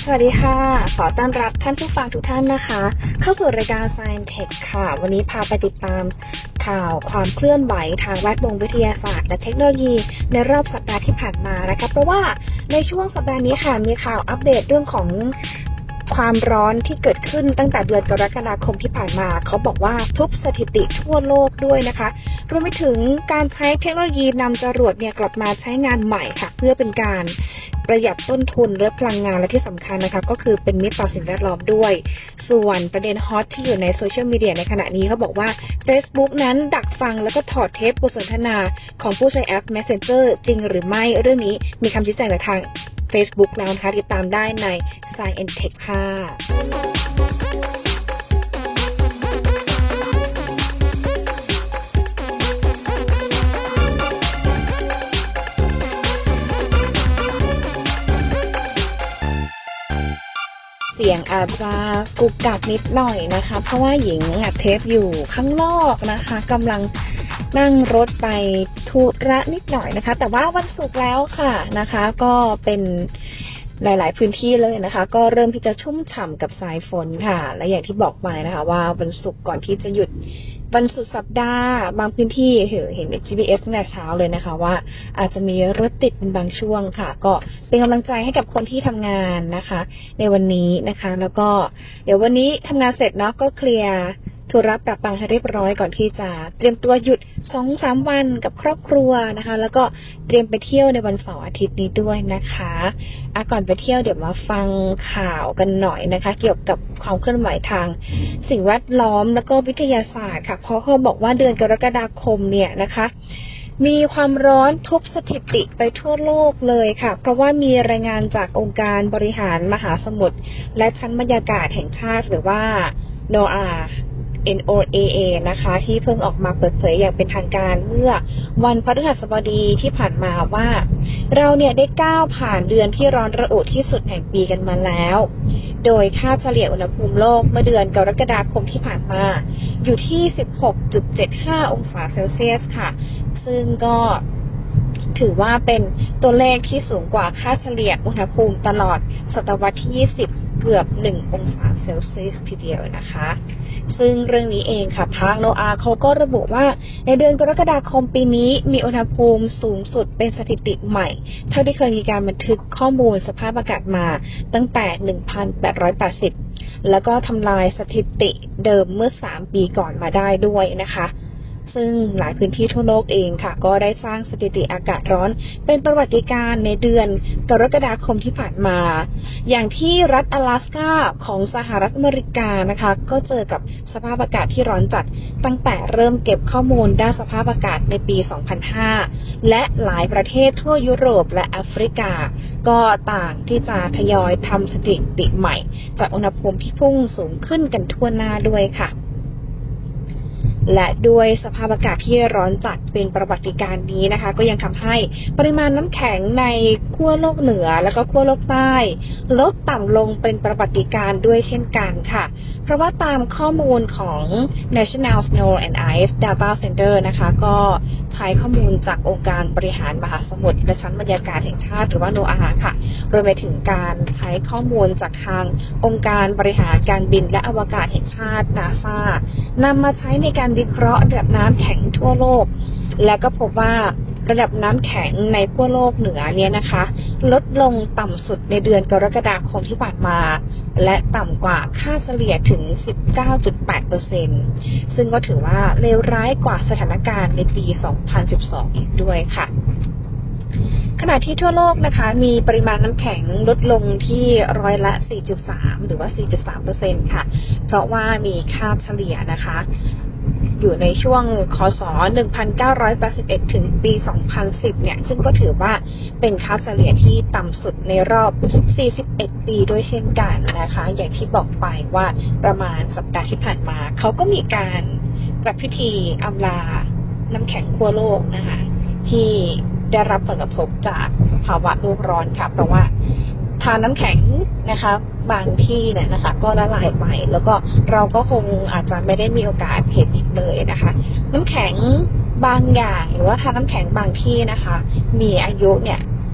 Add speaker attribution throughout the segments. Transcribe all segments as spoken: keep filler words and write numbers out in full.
Speaker 1: สวัสดีค่ะขอต้อนรับท่านผู้ฟังทุกท่านนะคะเข้าสู่รายการ Science Tech ค่ะวันนี้พาไปติดตามข่าวความเคลื่อนไหวทางแวดวงวิทยาศาสตร์และเทคโนโลยีในรอบสัปดาห์ที่ผ่านมานะคะเพราะว่าในช่วงสัปดาห์นี้ค่ะมีข่าวอัปเดตเรื่องของความร้อนที่เกิดขึ้นตั้งแต่เดือนกรกฎาคมที่ผ่านมาเขาบอกว่าทุบสถิติทั่วโลกด้วยนะคะรวมไปถึงการใช้เทคโนโลยีนำจรวดเนี่ยกลับมาใช้งานใหม่ค่ะเพื่อเป็นการประหยัดต้นทุนและพลังงานและที่สำคัญนะคะก็คือเป็นมิตรต่อสิ่งแวดล้อมด้วยส่วนประเด็นฮอตที่อยู่ในโซเชียลมีเดียในขณะนี้เขาบอกว่า Facebook นั้นดักฟังแล้วก็ถอดเทปบทสนทนาของผู้ใช้แอป Messenger จริงหรือไม่เรื่องนี้มีคำชี้แจงจากทาง Facebook แล้วนะคะติดตามได้ใน Science Tech ค่ะเสียงอาจจะกุกกักนิดหน่อยนะคะเพราะว่าหญิงอัดเทปอยู่ข้างนอกนะคะกำลังนั่งรถไปธุระนิดหน่อยนะคะแต่ว่าวันศุกร์แล้วค่ะนะคะก็เป็นหลายๆพื้นที่เลยนะคะก็เริ่มที่จะชุ่มฉ่ำกับสายฝนค่ะและอย่างที่บอกไปนะคะว่าวันศุกร์ก่อนที่จะหยุดวันสุดสัปดาห์บางพื้นที่เห็นใน จี พี เอส ตั้งแต่เช้าเลยนะคะว่าอาจจะมีรถติดเป็นบางช่วงค่ะก็เป็นกำลังใจให้กับคนที่ทำงานนะคะในวันนี้นะคะแล้วก็เดี๋ยววันนี้ทำงานเสร็จเนาะก็เคลียร์ธุระปรับปรุงให้เรียบร้อยก่อนที่จะเตรียมตัวหยุด สองถึงสาม วันกับครอบครัวนะคะแล้วก็เตรียมไปเที่ยวในวันเสาร์อาทิตย์นี้ด้วยนะคะอ่ะก่อนไปเที่ยวเดี๋ยวมาฟังข่าวกันหน่อยนะคะเกี่ยวกับความเคลื่อนไหวทางสิ่งแวดล้อมแล้วก็วิทยาศาสตร์ค่ะเพราะเขาบอกว่าเดือนกรกฎาคมเนี่ยนะคะมีความร้อนทุบสถิติไปทั่วโลกเลยค่ะเพราะว่ามีรายงานจากองค์การบริหารมหาสมุทรและชั้นบรรยากาศแห่งชาติหรือว่า โน เอ เอ็น โอ เอ เอ นะคะที่เพิ่งออกมาเปิดเผยอย่างเป็นทางการเมื่อวันพฤหัสบดีที่ผ่านมาว่าเราเนี่ยได้ก้าวผ่านเดือนที่ร้อนระอุที่สุดแห่งปีกันมาแล้วโดยค่าเฉลี่ยอุณหภูมิโลกเมื่อเดือนกรกฎาคมที่ผ่านมาอยู่ที่ สิบหกจุดเจ็ดห้า องศาเซลเซียสค่ะซึ่งก็ถือว่าเป็นตัวเลขที่สูงกว่าค่าเฉลี่ยอุณหภูมิตลอดศตวรรษที่ยี่สิบเกือบหนึ่งองศาเซลเซียสทีเดียวนะคะซึ่งเรื่องนี้เองค่ะทาง โน อา เขาก็ระบุว่าในเดือนกรกฎาคมปีนี้มีอุณหภูมิสูงสุดเป็นสถิติใหม่เท่าที่เคยมีการบันทึกข้อมูลสภาพอากาศมาตั้งแต่ หนึ่งพันแปดร้อยแปดสิบ แล้วก็ทำลายสถิติเดิมเมื่อสามปีก่อนมาได้ด้วยนะคะซึ่งหลายพื้นที่ทั่วโลกเองค่ะก็ได้สร้างสถิติอากาศร้อนเป็นประวัติการณ์ในเดือนกรกฎาคมที่ผ่านมาอย่างที่รัฐ阿拉斯ก้าของสหรัฐอเมริกานะคะก็เจอกับสภาพอากาศที่ร้อนจัดตั้งแต่เริ่มเก็บข้อมูลด้านสภาพอากาศในปี สองพันห้า และหลายประเทศทั่วยุโรปและแอฟริกาก็ต่างที่จะทยอยทำสถิติใหม่จากอุณหภูมิที่พุ่งสูงขึ้นกันทั่วหน้าด้วยค่ะและด้วยสภาพอากาศที่ร้อนจัดเป็นประวัติการณ์นี้นะคะก็ยังทำให้ปริมาณน้ำแข็งในขั้วโลกเหนือและก็ขั้วโลกใต้ลดต่ำลงเป็นประวัติการณ์ด้วยเช่นกันค่ะเพราะว่าตามข้อมูลของ National Snow and Ice Data Center นะคะก็ใช้ข้อมูลจากองค์การบริหารมหาสมุทรและชั้นบรรยากาศแห่งชาติหรือว่า โน อา ค่ะรวมไปถึงการใช้ข้อมูลจากทางองค์การบริหารการบินและอวกาศแห่งชาติ นาซา นำมาใช้ในการวิเคราะห์ระดับน้ำแข็งทั่วโลกและก็พบว่าระดับน้ำแข็งในขั้วโลกเหนือเนี่ยนะคะลดลงต่ำสุดในเดือนกรกฎาคมที่ผ่านมาและต่ำกว่าค่าเฉลี่ยถึง สิบเก้าจุดแปดเปอร์เซ็นต์ ซึ่งก็ถือว่าเลวร้ายกว่าสถานการณ์ในปี สองพันสิบสอง อีกด้วยค่ะขณะที่ทั่วโลกนะคะมีปริมาณน้ำแข็งลดลงที่ร้อยละ สี่จุดสาม หรือว่า สี่จุดสามเปอร์เซ็นต์ ค่ะเพราะว่ามีค่าเฉลี่ยนะคะอยู่ในช่วงคศหนึ่งพันเก้าร้อยแปดสิบเอ็ดถึงปีสองพันสิบเนี่ยซึ่งก็ถือว่าเป็นค่าเฉลี่ยที่ต่ำสุดในรอบสี่สิบเอ็ดปีด้วยเช่นกันนะคะอย่างที่บอกไปว่าประมาณสัปดาห์ที่ผ่านมาเขาก็มีการจัดพิธีอำลาน้ำแข็งขั้วโลกนะคะที่ได้รับผลกระทบจากภาวะโลกร้อนค่ะเพราะว่าทานน้ำแข็งนะคะบางที่เนี่ยนะคะก็ละลายไปแล้วก็เราก็คงอาจจะไม่ได้มีโอกาสเห็นอีกเลยนะคะน้ำแข็งบางอย่างหรือว่าทานน้ำแข็งบางที่นะคะมีอายุเนี่ย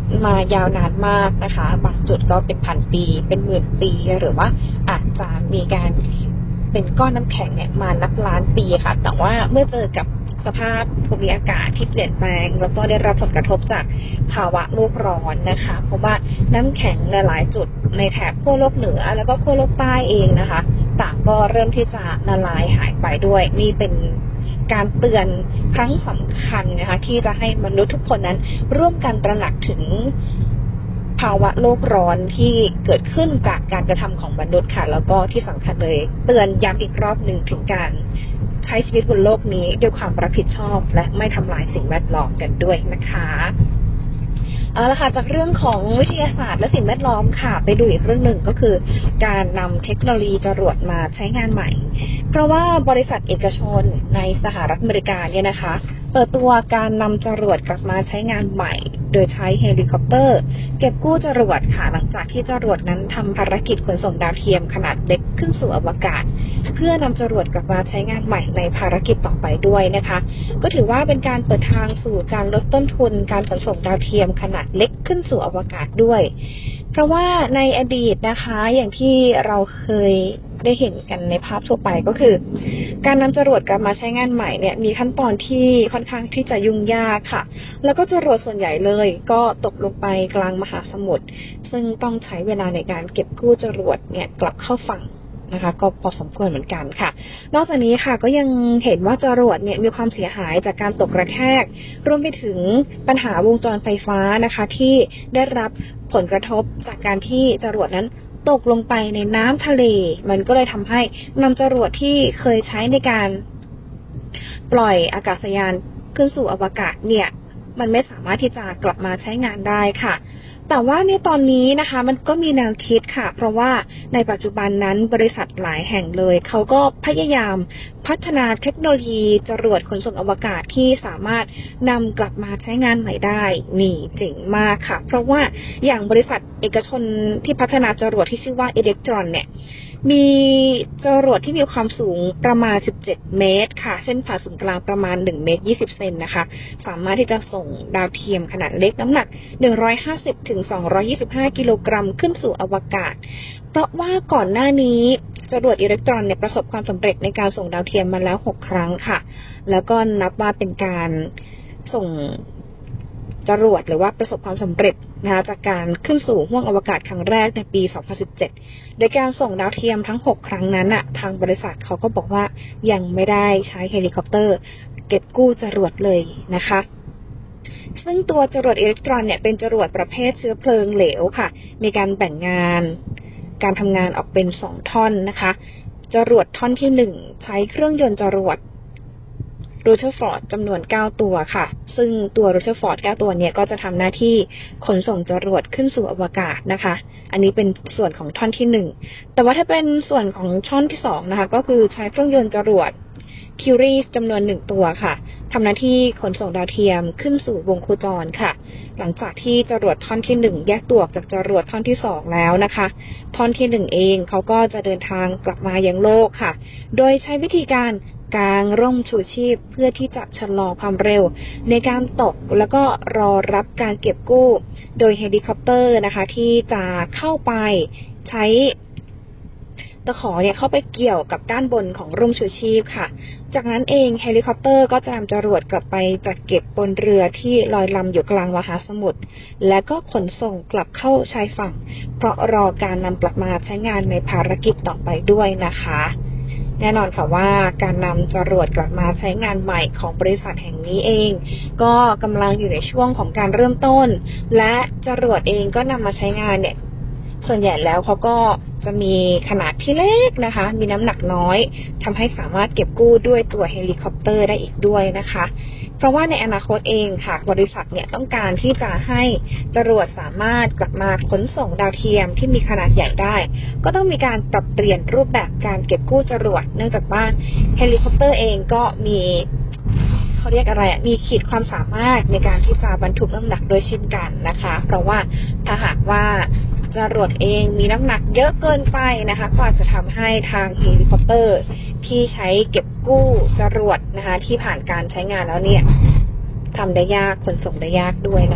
Speaker 1: มายาวนานมากนะคะบางจุดก็เป็นพันปีเป็นหมื่นปีหรือว่าอาจจะมีการเป็นก้อนน้ำแข็งเนี่ยมานับล้านปีค่ะแต่ว่าเมื่อเจอกับสภาพภูมิอากาศที่เปลี่ยนแปลงแล้วก็ได้รับผลกระทบจากภาวะโลกร้อนนะคะเพราะว่าน้ำแข็งหลายๆจุดในแถบขั้วโลกเหนือแล้วก็ขั้วโลกใต้เองนะคะต่างก็เริ่มที่จะละลายหายไปด้วยนี่เป็นการเตือนครั้งสำคัญนะคะที่จะให้มนุษย์ทุกคนนั้นร่วมกันตระหนักถึงภาวะโลกร้อนที่เกิดขึ้นจากการกระทำของมนุษย์ค่ะแล้วก็ที่สำคัญเลยเตือนย้ำอีกรอบหนึ่งถึงการใช้ชีวิตบนโลกนี้ด้วยความรับผิดชอบและไม่ทำลายสิ่งแวดล้อมกันด้วยนะคะเอาละค่ะจากเรื่องของวิทยาศาสตร์และสิ่งแวดล้อมค่ะไปดูอีกเรื่องหนึ่งก็คือการนำเทคโนโลยีจรวดมาใช้งานใหม่เพราะว่าบริษัทเอกชนในสหรัฐอเมริกาเนี่ยนะคะเปิดตัวการนำจรวดกลับมาใช้งานใหม่โดยใช้เฮลิคอปเตอร์เก็บกู้จรวดค่ะหลังจากที่จรวดนั้นทำภารกิจขนส่งดาวเทียมขนาดเล็กขึ้นสู่อวกาศเพื่อนำจรวดกลับมาใช้งานใหม่ในภารกิจต่อไปด้วยนะคะก็ถือว่าเป็นการเปิดทางสู่การลดต้นทุนการขนส่งดาวเทียมขนาดเล็กขึ้นสู่อวกาศด้วยเพราะว่าในอดีตนะคะอย่างที่เราเคยได้เห็นกันในภาพทั่วไปก็คือการนำจรวดกลับมาใช้งานใหม่เนี่ยมีขั้นตอนที่ค่อนข้างที่จะยุ่งยากค่ะแล้วก็จรวดส่วนใหญ่เลยก็ตกลงไปกลางมหาสมุทรซึ่งต้องใช้เวลาในการเก็บกู้จรวดเนี่ยกลับเข้าฝั่งนะคะก็พอสมควรเหมือนกันค่ะนอกจากนี้ค่ะก็ยังเห็นว่าจรวดเนี่ยมีความเสียหายจากการตกกระแทกรวมไปถึงปัญหาวงจรไฟฟ้านะคะที่ได้รับผลกระทบจากการที่จรวดนั้นตกลงไปในน้ำทะเลมันก็เลยทำให้นำจรวดที่เคยใช้ในการปล่อยอากาศยานขึ้นสู่อวกาศเนี่ยมันไม่สามารถที่จะกลับมาใช้งานได้ค่ะแต่ว่าในตอนนี้นะคะมันก็มีแนวคิดค่ะเพราะว่าในปัจจุบันนั้นบริษัทหลายแห่งเลยเขาก็พยายามพัฒนาเทคโนโลยีจรวดขนส่งอวกาศที่สามารถนำกลับมาใช้งานใหม่ได้นี่เจ๋งมากค่ะเพราะว่าอย่างบริษัทเอกชนที่พัฒนาจรวดที่ชื่อว่า Electron เนี่ยมีจรวดที่มีความสูงประมาณสิบเจ็ดเมตรค่ะเส้นผ่าศูนย์กลางประมาณหนึ่งเมตรยี่สิบเซนนะคะสามารถที่จะส่งดาวเทียมขนาดเล็กน้ำหนักหนึ่งร้อยห้าสิบถึงสองร้อยยี่สิบห้ากิโลกรัมขึ้นสู่อวกาศเพราะว่าก่อนหน้านี้จรวดอิเล็กตรอนเนี่ยประสบความสำเร็จในการส่งดาวเทียมมาแล้วหกครั้งค่ะแล้วก็นับว่าเป็นการส่งจรวดหรือว่าประสบความสำเร็จนะคะจากการขึ้นสู่ห้วงอวกาศครั้งแรกในปีสองพันสิบเจ็ดโดยการส่งดาวเทียมทั้งหกครั้งนั้นน่ะทางบริษัทเขาก็บอกว่ายังไม่ได้ใช้เฮลิคอปเตอร์เก็บกู้จรวดเลยนะคะซึ่งตัวจรวดอิเล็กตรอนเนี่ยเป็นจรวดประเภทเชื้อเพลิงเหลวค่ะมีการแบ่งงานการทำงานออกเป็นสองท่อนนะคะจรวดท่อนที่หนึ่งใช้เครื่องยนต์จรวดรูเทอร์ฟอร์ดจำนวนเก้าตัวค่ะซึ่งตัวรูเทอร์ฟอร์ดเก้าตัวเนี่ยก็จะทำหน้าที่ขนส่งจรวดขึ้นสู่อวกาศนะคะอันนี้เป็นส่วนของท่อนที่หนึ่งแต่ว่าถ้าเป็นส่วนของท่อนที่สองนะคะก็คือใช้เครื่องยนต์จรวดคิวรีจำนวนหนึ่งตัวค่ะทำหน้าที่ขนส่งดาวเทียมขึ้นสู่วงโคจรค่ะหลังจากที่จรวดท่อนที่หนึ่งแยกตัวออกจากจรวดท่อนที่สองแล้วนะคะท่อนที่หนึ่งเองเขาก็จะเดินทางกลับมายังโลกค่ะโดยใช้วิธีการกางร่มชูชีพเพื่อที่จะชะลอความเร็วในการตกแล้วก็รอรับการเก็บกู้โดยเฮลิคอปเตอร์นะคะที่จะเข้าไปใช้ตะขอเนี่ยเข้าไปเกี่ยวกับด้านบนของร่มชูชีพค่ะจากนั้นเองเฮลิคอปเตอร์ก็จะนำจรวดกลับไปจัดเก็บบนเรือที่ลอยลำอยู่กลางมหาสมุทรและก็ขนส่งกลับเข้าชายฝั่งเพราะรอการนำกลับมาใช้งานในภารกิจต่อไปด้วยนะคะแน่นอนค่ะว่าการนำจรวดกลับมาใช้งานใหม่ของบริษัทแห่งนี้เองก็กำลังอยู่ในช่วงของการเริ่มต้นและจรวดเองก็นำมาใช้งานเนี่ยส่วนใหญ่แล้วเขาก็จะมีขนาดที่เล็กนะคะมีน้ำหนักน้อยทำให้สามารถเก็บกู้ด้วยตัวเฮลิคอปเตอร์ได้อีกด้วยนะคะเพราะว่าในอนาคตเองหากบริษัทเนี่ยต้องการที่จะให้จรวดสามารถกลับมาขนส่งดาวเทียมที่มีขนาดใหญ่ได้ก็ต้องมีการปรับเปลี่ยนรูปแบบการเก็บกู้จรวดเนื่องจากว่าเฮลิคอปเตอร์เองก็มีเขาเรียกอะไรมีขีดความสามารถในการที่จะบรรทุกน้ำหนักโดยเช่นกันนะคะเพราะว่าถ้าหากว่าจรวดเองมีน้ำหนักเยอะเกินไปนะคะก็อาจจะทำให้ทางเฮลิคอปเตอร์ที่ใช้เก็บกู้จรวดนะคะที่ผ่านการใช้งานแล้วเนี่ยทำได้ยากขนส่งได้ยากด้วยนะคะเพราะว่า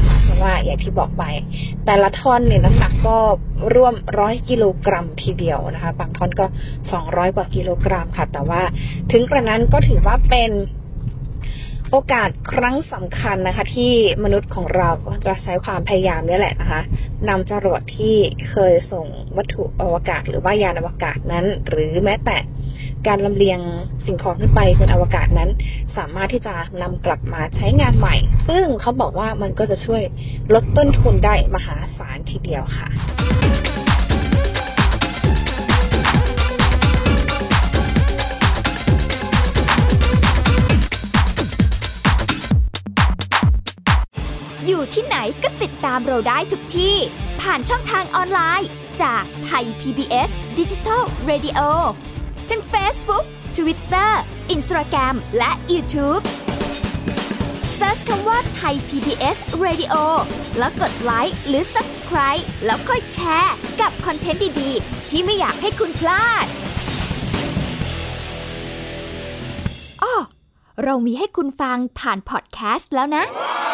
Speaker 1: ว่าอย่างที่บอกไปแต่ละท่อนเนี่ยน้ำหนักก็ร่วมร้อยกิโลกรัมทีเดียวนะคะบางท่อนก็สองร้อยกว่ากิโลกรัมค่ะแต่ว่าถึงกระนั้นก็ถือว่าเป็นโอกาสครั้งสำคัญนะคะที่มนุษย์ของเราจะใช้ความพยายามนี่แหละนะคะนำจรวดที่เคยส่งวัตถุอวกาศหรือว่ายานอวกาศนั้นหรือแม้แต่การลำเลียงสิ่งของขึ้นไปบนอวกาศนั้นสามารถที่จะนำกลับมาใช้งานใหม่ซึ่งเขาบอกว่ามันก็จะช่วยลดต้นทุนได้มหาศาลทีเดียวค่ะ
Speaker 2: อยู่ที่ไหนก็ติดตามเราได้ทุกที่ผ่านช่องทางออนไลน์จากไทย พี บี เอส Digital Radio ทั้ง Facebook, Twitter, Instagram และ YouTubeเซิร์ชคำว่าไทย พี บี เอส Radio แล้วกดไลค์หรือ Subscribe แล้วค่อยแชร์กับคอนเทนต์ดีๆที่ไม่อยากให้คุณพลาดอ้อเรามีให้คุณฟังผ่านพอดแคสต์แล้วนะ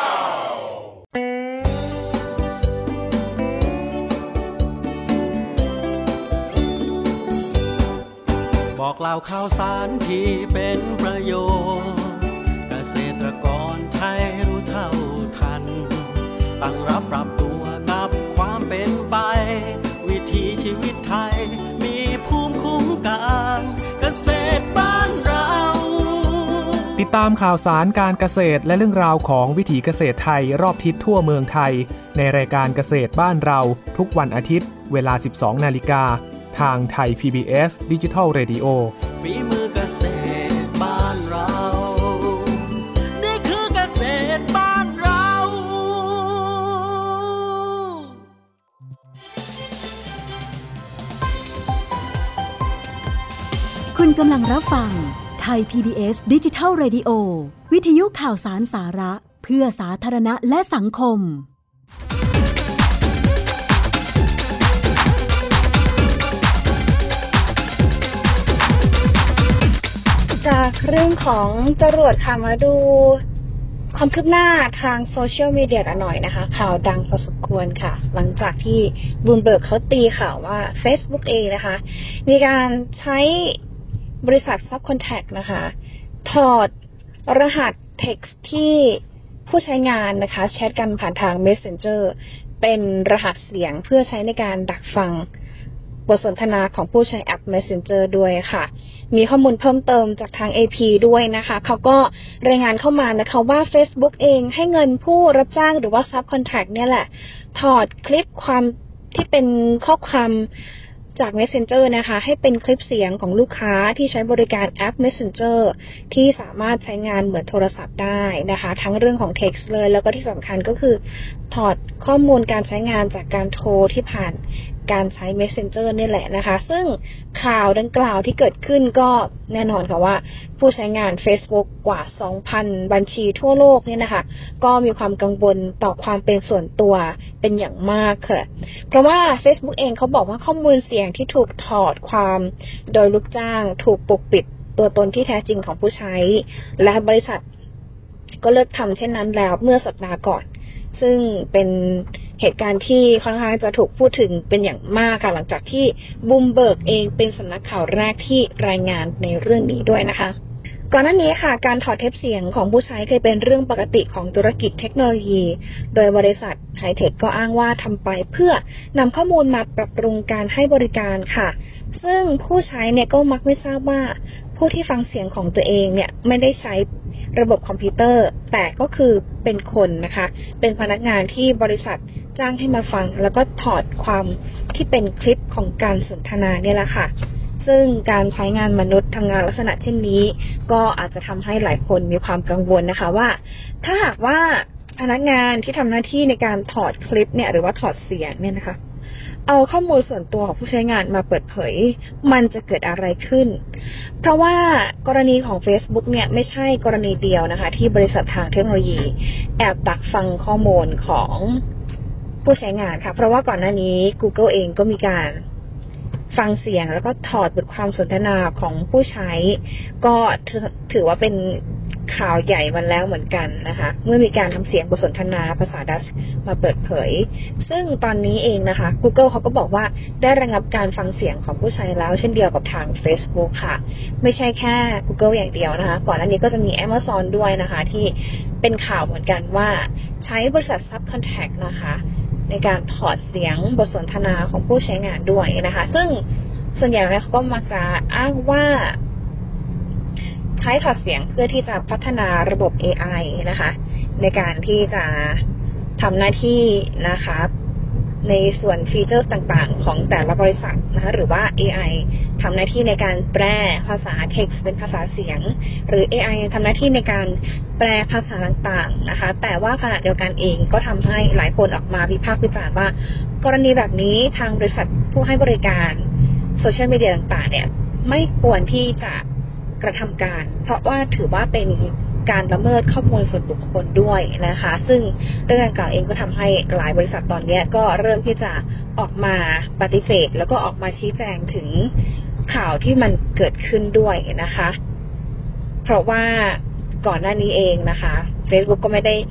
Speaker 3: บอกเล่าข่าวสารที่เป็นประโยชน์เกษตรกรไทยรู้เท่าทันตั้งรับปรับตัวกับความเป็นไปวิถีชีวิตไทยมีภูมิคุ้มกันเกษตรบ้านเรา
Speaker 4: ติดตามข่าวสารการเกษตรและเรื่องราวของวิถีเกษตรไทยรอบทิศทั่วเมืองไทยในรายการเกษตรบ้านเราทุกวันอาทิตย์เวลา สิบสองนาฬิกาทางไทย พี บี เอส Digital Radio
Speaker 3: ฝีมือเกษตรบ้านเรานี่คือเกษตรบ้านเรา
Speaker 5: คุณกำลังรับฟังไทย พี บี เอส Digital Radio วิทยุข่าวสารสาระเพื่อสาธารณะและสังคม
Speaker 1: จากเรื่องของจรวดค่ะมาดูความคืบหน้าทางโซเชียลมีเดียกันหน่อยนะคะข่าวดังพอสมควรค่ะหลังจากที่บลูมเบิร์กเขาตีข่าวว่า Facebook เองนะคะมีการใช้บริษัท Subcontact นะคะถอดรหัส text ที่ผู้ใช้งานนะคะแชทกันผ่านทาง Messenger เป็นรหัสเสียงเพื่อใช้ในการดักฟังบทสนทนาของผู้ใช้แอป Messenger ด้วยค่ะมีข้อมูลเพิ่มเติมจากทาง เอ พี ด้วยนะคะเขาก็รายงานเข้ามานะคะว่า Facebook เองให้เงินผู้รับจ้างหรือว่า Subcontract เนี่ยแหละถอดคลิปความที่เป็นข้อความจาก Messenger นะคะให้เป็นคลิปเสียงของลูกค้าที่ใช้บริการแอป Messenger ที่สามารถใช้งานเหมือนโทรศัพท์ได้นะคะทั้งเรื่องของ text เลยแล้วก็ที่สำคัญก็คือถอดข้อมูลการใช้งานจากการโทรที่ผ่านการใช้ Messenger นี่แหละนะคะซึ่งข่าวดังกล่าวที่เกิดขึ้นก็แน่นอนค่ะว่าผู้ใช้งาน Facebook กว่า สองพัน บัญชีทั่วโลกเนี่ยนะคะก็มีความกังวลต่อความเป็นส่วนตัวเป็นอย่างมากค่ะเพราะว่า Facebook เองเขาบอกว่าข้อมูลเสียงที่ถูกถอดความโดยลูกจ้างถูกปกปิดตัวตนที่แท้จริงของผู้ใช้และบริษัทก็เลิกทำเช่นนั้นแล้วเมื่อสัปดาห์ก่อนซึ่งเป็นเหตุการณ์ที่ค่อนข้างจะถูกพูดถึงเป็นอย่างมากค่ะหลังจากที่บลูมเบิร์กเองเป็นสำนักข่าวแรกที่รายงานในเรื่องนี้ด้วยนะคะก่อนหน้านี้ค่ะการถอดเทปเสียงของผู้ใช้เคยเป็นเรื่องปกติของธุรกิจเทคโนโลยีโดยบริษัทไฮเทคก็อ้างว่าทำไปเพื่อนำข้อมูลมาปรับปรุงการให้บริการค่ะซึ่งผู้ใช้เนี่ยก็มักไม่ทราบว่าผู้ที่ฟังเสียงของตัวเองเนี่ยไม่ได้ใช้ระบบคอมพิวเตอร์แต่ก็คือเป็นคนนะคะเป็นพนักงานที่บริษัทจ้างให้มาฟังแล้วก็ถอดความที่เป็นคลิปของการสนทนาเนี่ยแหละค่ะซึ่งการใช้งานมนุษย์ทำงานลักษณะเช่นนี้ก็อาจจะทำให้หลายคนมีความกังวลนะคะว่าถ้าหากว่าพนักงานที่ทำหน้าที่ในการถอดคลิปเนี่ยหรือว่าถอดเสียงเนี่ยนะคะเอาข้อมูลส่วนตัวของผู้ใช้งานมาเปิดเผยมันจะเกิดอะไรขึ้นเพราะว่ากรณีของ Facebook เนี่ยไม่ใช่กรณีเดียวนะคะที่บริษัททางเทคโนโลยีแอบดักฟังข้อมูลของผู้ใช้งานค่ะเพราะว่าก่อนหน้านี้ Google เองก็มีการฟังเสียงแล้วก็ถอดบทความสนทนาของผู้ใช้ก็ถือว่าเป็นข่าวใหญ่มันแล้วเหมือนกันนะคะเมื่อมีการทำเสียงบทสนทนาภาษาดัชมาเปิดเผยซึ่งตอนนี้เองนะคะ Google เขาก็บอกว่าได้ระงับการฟังเสียงของผู้ใช้แล้วเช่นเดียวกับทาง Facebook ค่ะไม่ใช่แค่ Google อย่างเดียวนะคะก่อนหน้านี้ก็จะมี Amazon ด้วยนะคะที่เป็นข่าวเหมือนกันว่าใช้บริษัท Subcontact นะคะในการถอดเสียงบทสนทนาของผู้ใช้งานด้วยนะคะซึ่งส่วนใหญ่แล้วเขาก็มักจะอ้างว่าใช้ถอดเสียงเพื่อที่จะพัฒนาระบบ เอ ไอ นะคะในการที่จะทำหน้าที่นะคะในส่วนฟีเจอร์ต่างๆของแต่ละบริษัทนะคะหรือว่า เอ ไอ ทำหน้าที่ในการแปลภาษา text เป็นภาษาเสียงหรือ เอ ไอ ทำหน้าที่ในการแปลภาษาต่างๆนะคะแต่ว่าขณะเดียวกันเองก็ทำให้หลายคนออกมาวิพากษ์วิจารณ์ว่ากรณีแบบนี้ทางบริษัทผู้ให้บริการโซเชียลมีเดียต่างๆเนี่ยไม่ควรที่จะกระทำการเพราะว่าถือว่าเป็นการละเมิดข้อมูลส่วนบุคคลด้วยนะคะซึ่งเรื่องดังกล่าวเองก็ทำให้หลายบริษัทตอนนี้ก็เริ่มที่จะออกมาปฏิเสธแล้วก็ออกมาชี้แจงถึงข่าวที่มันเกิดขึ้นด้วยนะคะเพราะว่าก่อนหน้านี้เองนะคะ Facebook ก็ไม่ได้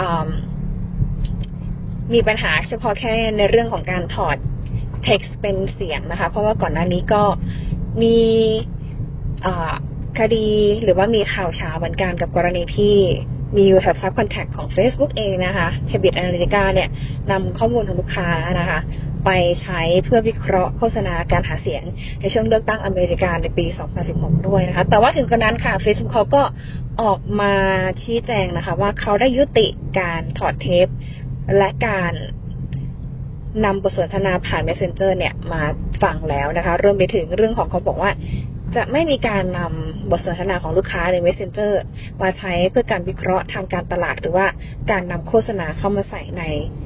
Speaker 1: มีปัญหาเฉพาะแค่ในเรื่องของการถอด text เป็นเสียงนะคะเพราะว่าก่อนหน้านี้ก็มีคดีหรือว่ามีข่าวเช้าเหมือนกันกับกรณีที่มีบริษัท Subcontact ของ Facebook เองนะคะ Cambridge Analytica เนี่ยนำข้อมูลของลูกค้านะคะไปใช้เพื่อวิเคราะห์โฆษณาการหาเสียงในช่วงเลือกตั้งอเมริกาในปีสองพันสิบหกด้วยนะคะแต่ว่าถึงกระนั้นค่ะ Facebook เขาก็ออกมาชี้แจงนะคะว่าเขาได้ยุติการถอดเทปและการนำบทสนทนาผ่าน Messenger เนี่ยมาฟังแล้วนะคะรวมไปถึงเรื่องของเขาบอกว่าจะไม่มีการนำบทสนทนาของลูกค้าใน Messenger มาใช้เพื่อการวิเคราะห์ทางการตลาดหรือว่าการนำโฆษณาเข้ามาใส่ใน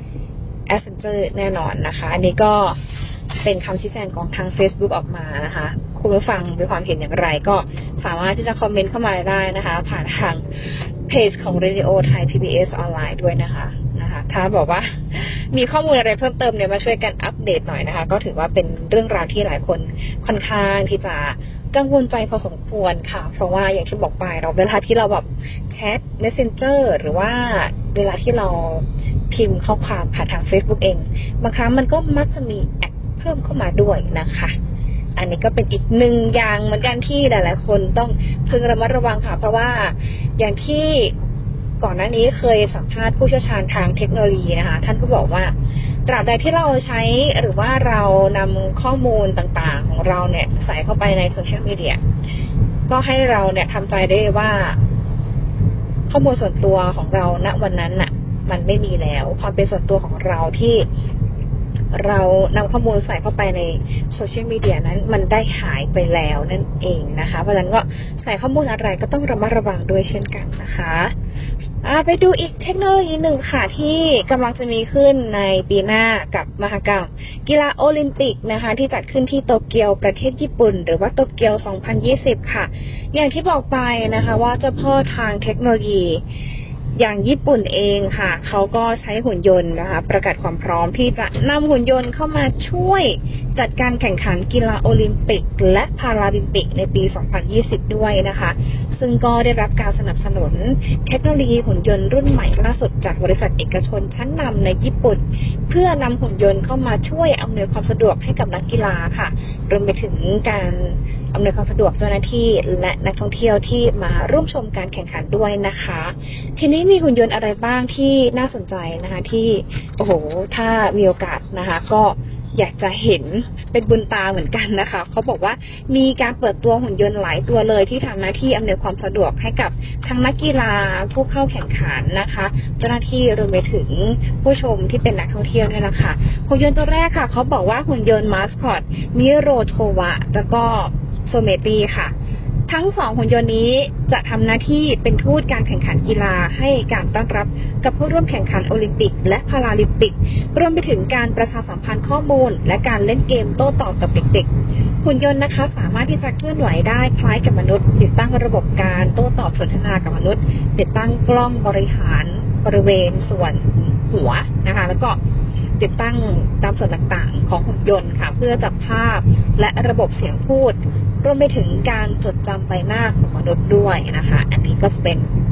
Speaker 1: Messenger แน่นอนนะคะอันนี้ก็เป็นคำชี้แจงของทาง Facebook ออกมานะคะคุณผู้ฟังมีความเห็นอย่างไรก็สามารถที่จะคอมเมนต์เข้ามาได้นะคะผ่านทางเพจของ Radio Thai พี บี เอส ออนไลน์ด้วยนะคะนะคะถ้าบอกว่ามีข้อมูลอะไรเพิ่มเติมเนี่ยมาช่วยกันอัปเดตหน่อยนะคะก็ถือว่าเป็นเรื่องราวที่หลายคนค่อนข้างที่จะกังวลใจพอสมควรค่ะเพราะว่าอย่างที่บอกไปเราเวลาที่เราแบบแชท Messenger หรือว่าเวลาที่เราพิมพ์ข้อความผ่านทาง Facebook เองบางครั้งมันก็มักจะมีแอดเพิ่มเข้ามาด้วยนะคะอันนี้ก็เป็นอีกหนึ่งอย่างเหมือนกันที่หลายๆคนต้องพึงระมัดระวังค่ะเพราะว่าอย่างที่ก่อนหน้านี้เคยสัมภาษณ์ผู้เชี่ยวชาญทางเทคโนโลยีนะคะท่านก็บอกว่าตราบใดที่เราใช้หรือว่าเรานำข้อมูลต่างๆของเราเนี่ยใส่เข้าไปในโซเชียลมีเดียก็ให้เราเนี่ยทำใจได้ว่าข้อมูลส่วนตัวของเราณวันนั้นน่ะมันไม่มีแล้วความเป็นส่วนตัวของเราที่เรานำข้อมูลใส่เข้าไปในโซเชียลมีเดียนั้นมันได้หายไปแล้วนั่นเองนะคะเพราะฉะนั้นก็ใส่ข้อมูลอะไรก็ต้องระมัดระวังด้วยเช่นกันนะคะไปดูอีกเทคโนโลยีหนึ่งค่ะที่กำลังจะมีขึ้นในปีหน้ากับมหกรรมกีฬาโอลิมปิกนะคะที่จัดขึ้นที่โตเกียวประเทศญี่ปุ่นหรือว่าโตเกียวสองพันยี่สิบค่ะอย่างที่บอกไปนะคะว่าเจ้าพ่อทางเทคโนโลยีอย่างญี่ปุ่นเองค่ะเขาก็ใช้หุ่นยนต์นะคะประกาศความพร้อมที่จะนำหุ่นยนต์เข้ามาช่วยจัดการแข่งขันกีฬาโอลิมปิกและพาราลิมปิกในปีสองพันยี่สิบด้วยนะคะซึ่งก็ได้รับการสนับสนุนเทคโนโลยีหุ่นยนต์รุ่นใหม่ล่าสุดจากบริษัทเอกชนชั้นนำในญี่ปุ่นเพื่อนำหุ่นยนต์เข้ามาช่วยอำนวยความสะดวกให้กับนักกีฬาค่ะรวมไปถึงการอำนวยความสะดวกเจ้าหน้าที่และนักท่องเที่ยวที่มาร่วมชมการแข่งขันด้วยนะคะทีนี้มีหุ่นยนต์อะไรบ้างที่น่าสนใจนะคะที่โอ้โหถ้ามีโอกาสนะคะก็อยากจะเห็นเป็นบุญตาเหมือนกันนะคะเขาบอกว่ามีการเปิดตัวหุ่นยนต์หลายตัวเลยที่ทำหน้าที่อำนวยความสะดวกให้กับทั้งนักกีฬาผู้เข้าแข่งขันนะคะเจ้าหน้าที่รวมไปถึงผู้ชมที่เป็นนักท่องเที่ยวนี่แหละค่ะหุ่นยนต์ตัวแรกค่ะเขาบอกว่าหุ่นยนต์มาสคอตมิโรโทวะแล้วก็โซเมตีค่ะทั้งสองหุ่นยนต์นี้จะทำหน้าที่เป็นทูตการแข่งขันกีฬาให้การต้อนรับกับผู้ร่วมแข่งขันโอลิมปิกและพาราลิมปิกรวมไปถึงการประชาสัมพันธ์ข้อมูลและการเล่นเกมโต้ตอบกับเด็กๆหุ่นยนต์นะคะสามารถที่จะเคลื่อนไหวได้คล้ายกับมนุษย์ติดตั้งระบบการโต้ตอบสนทนากับมนุษย์ติดตั้งกล้องบริหารบริเวณส่วนหัวนะคะแล้วก็ติดตั้งตามส่วนต่างๆของหุ่นยนต์ค่ะเพื่อจับภาพและระบบเสียงพูดรวมไปถึงการจดจำใบหน้าของมนุษย์ด้วยนะคะอันนี้ก็จะเป็น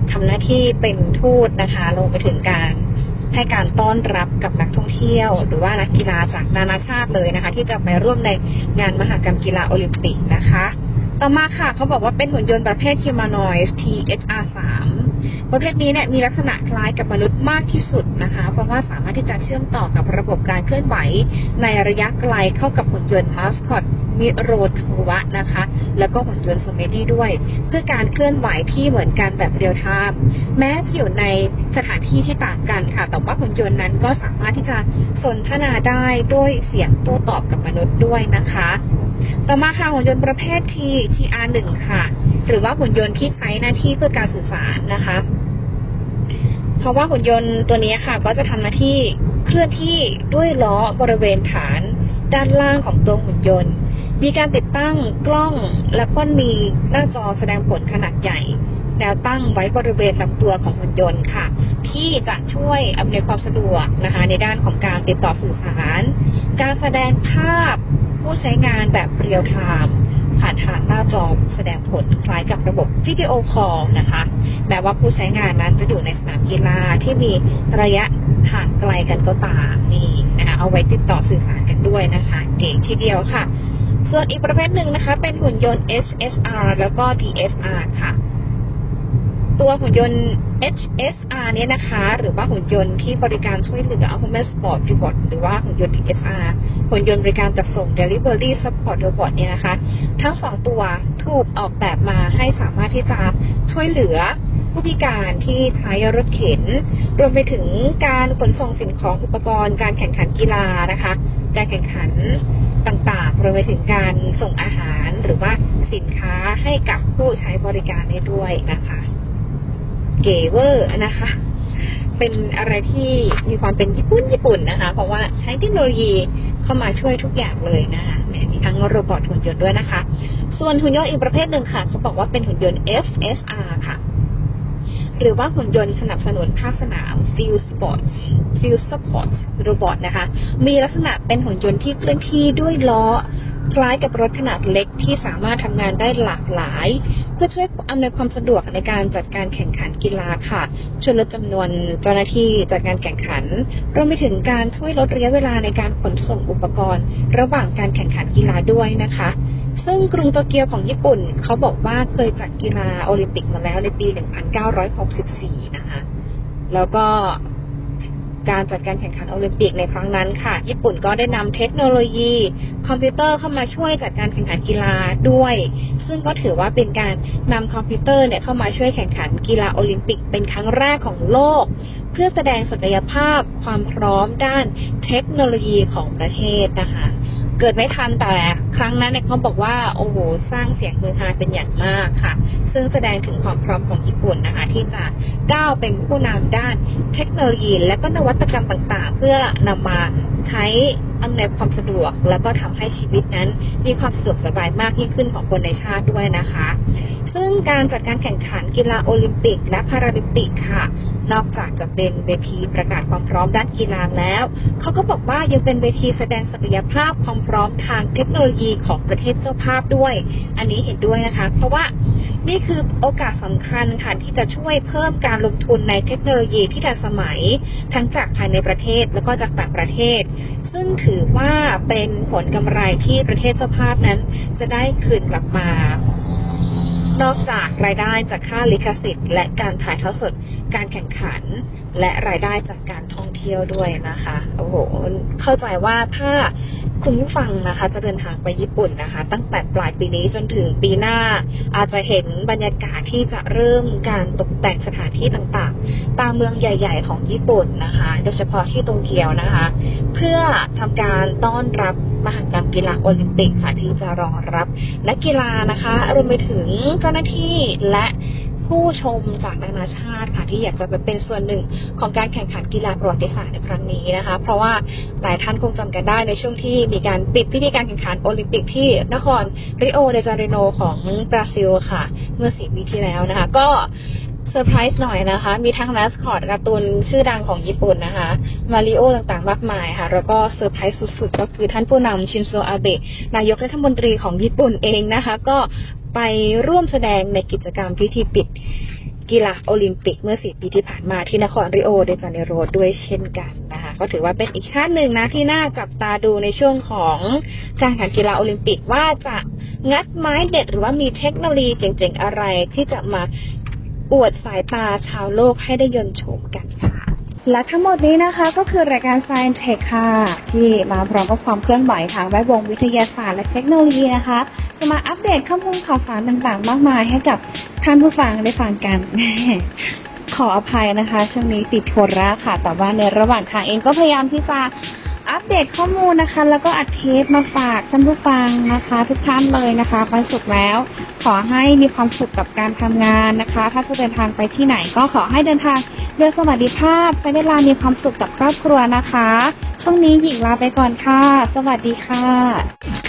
Speaker 1: ทำหน้าที่เป็นทูตนะคะลงไปถึงการให้การต้อนรับกับนักท่องเที่ยวหรือว่านักกีฬาจากนานาชาติเลยนะคะที่จะไปร่วมในงานมหกรรมกีฬาโอลิมปิกนะคะต่อมาค่ะเขาบอกว่าเป็นหุ่นยนต์ประเภท Humanoid ที เอช อาร์ สาม ประเภทนี้เนี่ยมีลักษณะคล้ายกับมนุษย์มากที่สุดนะคะเพราะว่าสามารถที่จะเชื่อมต่อกับระบบการเคลื่อนไหวในระยะไกลเข้ากับหุ่นยนต์มาสคอตมิโรทวะนะคะแล้วก็หุ่นยนต์โซเมดี้ด้วยเพื่อการเคลื่อนไหวที่เหมือนกันแบบเรียลไทม์แม้จะอยู่ในสถานที่ที่ต่างกันค่ะแต่ว่าหุ่นยนต์นั้นก็สามารถที่จะสนทนาได้ด้วยเสียงโต้ตอบกับมนุษย์ด้วยนะคะต่อมาค่ะหุ่นยนต์ประเภท T ที อาร์ หนึ่ง ค่ะหรือว่าหุ่นยนต์ที่ใช้หน้าที่เพื่อการสื่อสารนะคะเพราะว่าหุ่นยนต์ตัวนี้ค่ะก็จะทำหน้าที่เคลื่อนที่ด้วยล้อบริเวณฐานด้านล่างของตัวหุ่นยนต์มีการติดตั้งกล้องและก็มีหน้าจอแสดงผลขนาดใหญ่แนวตั้งไว้บริเวณลำตัวของหุ่นยนต์ค่ะที่จะช่วยอำนวยความสะดวกนะคะในด้านของการติดต่อสื่อสารการแสดงภาพผู้ใช้งานแบบเรียลไทม์ผ่านทางหน้าจอแสดงผลคล้ายกับระบบวิดีโอคอลนะคะแม้ว่าผู้ใช้งานนั้นจะอยู่ในสนามกีฬาที่มีระยะห่างไกลกันก็ตามนี่นะคะเอาไว้ติดต่อสื่อสารกันด้วยนะคะเก๋ทีเดียวค่ะส่วนอีกประเภทหนึ่งนะคะเป็นหุ่นยนต์ เอช เอส อาร์ แล้วก็ ดี เอส อาร์ ค่ะตัวหุ่นยนต์ เอช เอส อาร์ เนี่ยนะคะหรือว่าหุ่นยนต์ที่บริการช่วยเหลือ Human Support Robot หรือว่าหุ่นยนต์ ดี เอส อาร์ หุ่นยนต์บริการจัดส่ง Delivery Support Robot เนี่ยนะคะทั้งสองตัวถูกออกแบบมาให้สามารถที่จะช่วยเหลือผู้พิการที่ใช้รถเข็นรวมไปถึงการขนส่งสิ่งของอุปกรณ์การแข่งขันกีฬานะคะการแข่งขันต่างๆรวมไปถึงการส่งอาหารหรือว่าสินค้าให้กับผู้ใช้บริการได้ด้วยนะคะเก๋เวอร์นะคะเป็นอะไรที่มีความเป็นญี่ปุ่นญี่ปุ่นนะคะเพราะว่าใช้เทคโนโลยีเข้ามาช่วยทุกอย่างเลยนะคะมีทั้งโรบอทหุ่นยนต์ด้วยนะคะส่วนหุ่นยนต์อีกประเภทหนึ่งค่ะเขาบอกว่าเป็นหุ่นยนต์ เอฟ เอส อาร์ ค่ะหรือว่าหุ่นยนต์สนับสนุนภาคสนาม Field Sports Field Support Robot นะคะมีลักษณะเป็นหุ่นยนต์ที่เคลื่อนที่ด้วยล้อคล้ายกับรถขนาดเล็กที่สามารถทำงานได้หลากหลายเพื่อช่วยอำนวยความสะดวกในการจัดการแข่งขันกีฬาค่ะช่วยลดจำนวนเจ้าหน้าที่จัดการแข่งขันรวมไปถึงการช่วยลดระยะเวลาในการขนส่งอุปกรณ์ระหว่างการแข่งขันกีฬาด้วยนะคะซึ่งกรุงโตเกียวของญี่ปุ่นเขาบอกว่าเคยจัดกีฬาโอลิมปิกมาแล้วในปี หนึ่งพันเก้าร้อยหกสิบสี่ นะคะแล้วก็การจัดการแข่งขันโอลิมปิกในครั้งนั้นค่ะญี่ปุ่นก็ได้นำเทคโนโลยีคอมพิวเตอร์เข้ามาช่วยจัดการแข่งขันกีฬาด้วยซึ่งก็ถือว่าเป็นการนำคอมพิวเตอร์เนี่ยเข้ามาช่วยแข่งขันกีฬาโอลิมปิกเป็นครั้งแรกของโลกเพื่อแสดงศักยภาพความพร้อมด้านเทคโนโลยีของประเทศนะคะเกิดไม่ทันแต่ครั้งนั้นเนี่ยเขาบอกว่าโอ้โหสร้างเสียงฮือฮาเป็นอย่างมากค่ะซึ่งแสดงถึงความพร้อมของญี่ปุ่นนะคะที่จะก้าวเป็นผู้นำด้านเทคโนโลยีและก็นวัตกรรมต่างๆเพื่อนำมาใช้อำนวยความสะดวกแล้วก็ทำให้ชีวิตนั้นมีความสะดวกสบายมากยิ่งขึ้นของคนในชาติด้วยนะคะซึ่งการจัดการแข่งขันกีฬาโอลิมปิกและพาราลิมปิกค่ะนอกจากจะเป็นเวทีประกาศความพร้อมด้านกีฬาแล้วเขาก็บอกว่ายังเป็นเวทีแสดงศักยภาพความพร้อมทางเทคโนโลยีของประเทศเจ้าภาพด้วยอันนี้เห็นด้วยนะคะเพราะว่านี่คือโอกาสสำคัญค่ะที่จะช่วยเพิ่มการลงทุนในเทคโนโลยีที่ทันสมัยทั้งจากภายในประเทศและก็จากต่างประเทศซึ่งถือว่าเป็นผลกำไรที่ประเทศเจ้าภาพนั้นจะได้คืนกลับมานอกจากรายได้จากค่าลิขสิทธิ์และการถ่ายทอดสดการแข่งขันและรายได้จากการท่องเที่ยวด้วยนะคะโอ้โหเข้าใจว่าถ้าคุณผู้ฟังนะคะจะเดินทางไปญี่ปุ่นนะคะตั้งแต่ปลายปีนี้จนถึงปีหน้าอาจจะเห็นบรรยากาศที่จะเริ่มการตกแต่งสถานที่ต่างๆตามเมืองใหญ่ๆของญี่ปุ่นนะคะโดยเฉพาะที่โตเกียวนะคะเพื่อทำการต้อนรับมหกรรมกีฬาโอลิมปิกค่ะที่จะรองรับนักกีฬานะคะรวมไปถึงเจ้าหน้าที่และผู้ชมจากนานาชาติค่ะที่อยากจะไปเป็นส่วนหนึ่งของการแข่งขันกีฬาประวัติศาสตร์ในครั้งนี้นะคะเพราะว่าหลายท่านคงจำกันได้ในช่วงที่มีการปิดพิธีการแข่งขันโอลิมปิกที่นครริโอเดจาเนโรของบราซิลค่ะเมื่อสี่ปีที่แล้วนะคะก็เซอร์ไพรส์หน่อยนะคะมีทั้งแมสคอตการ์ตูนชื่อดังของญี่ปุ่นนะคะมาริโอต่างๆมากมายค่ะแล้วก็เซอร์ไพรส์สุดๆก็คือท่านผู้นำชินโซอาเบะนายกรัฐมนตรีของญี่ปุ่นเองนะคะก็ไปร่วมแสดงในกิจกรรมพิธีปิดกีฬาโอลิมปิกเมื่อสี่ปีที่ผ่านมาที่นครริโอเดจาเนโรด้วยเช่นกันนะคะก็ถือว่าเป็นอีกชาติหนึ่งนะที่น่าจับตาดูในช่วงของการแข่งขันกีฬาโอลิมปิกว่าจะงัดไม้เด็ดหรือว่ามีเทคโนโลยีเจ๋งๆอะไรที่จะมาอวดสายตาชาวโลกให้ได้ยนต์ชมกันค่ะและทั้งหมดนี้นะคะก็คือรายการ Science Tech ค่ะที่มาพร้อมกับความเคลื่อนไหวทางแวดวงวิทยาศาสตร์และเทคโนโลยีนะคะจะมาอัปเดตข้อมูลข่าวสารต่างๆมากมายให้กับท่านผู้ฟังได้ฟังกัน ขออภัยนะคะช่วงนี้ติดโทรศัพท์ค่ะแต่ว่าในระหว่างทางเองก็พยายามที่จะอัปเดตข้อมูลนะคะแล้วก็อัดเทปมาฝากท่านผู้ฟังนะคะทุกท่านเลยนะคะวันศุกร์แล้วขอให้มีความสุขกับการทำงานนะคะถ้าจะเดินทางไปที่ไหนก็ขอให้เดินทางโดยสวัสดิภาพใช้เวลามีความสุขกับครอบครัวนะคะช่วงนี้หญิงลาไปก่อนค่ะสวัสดีค่ะ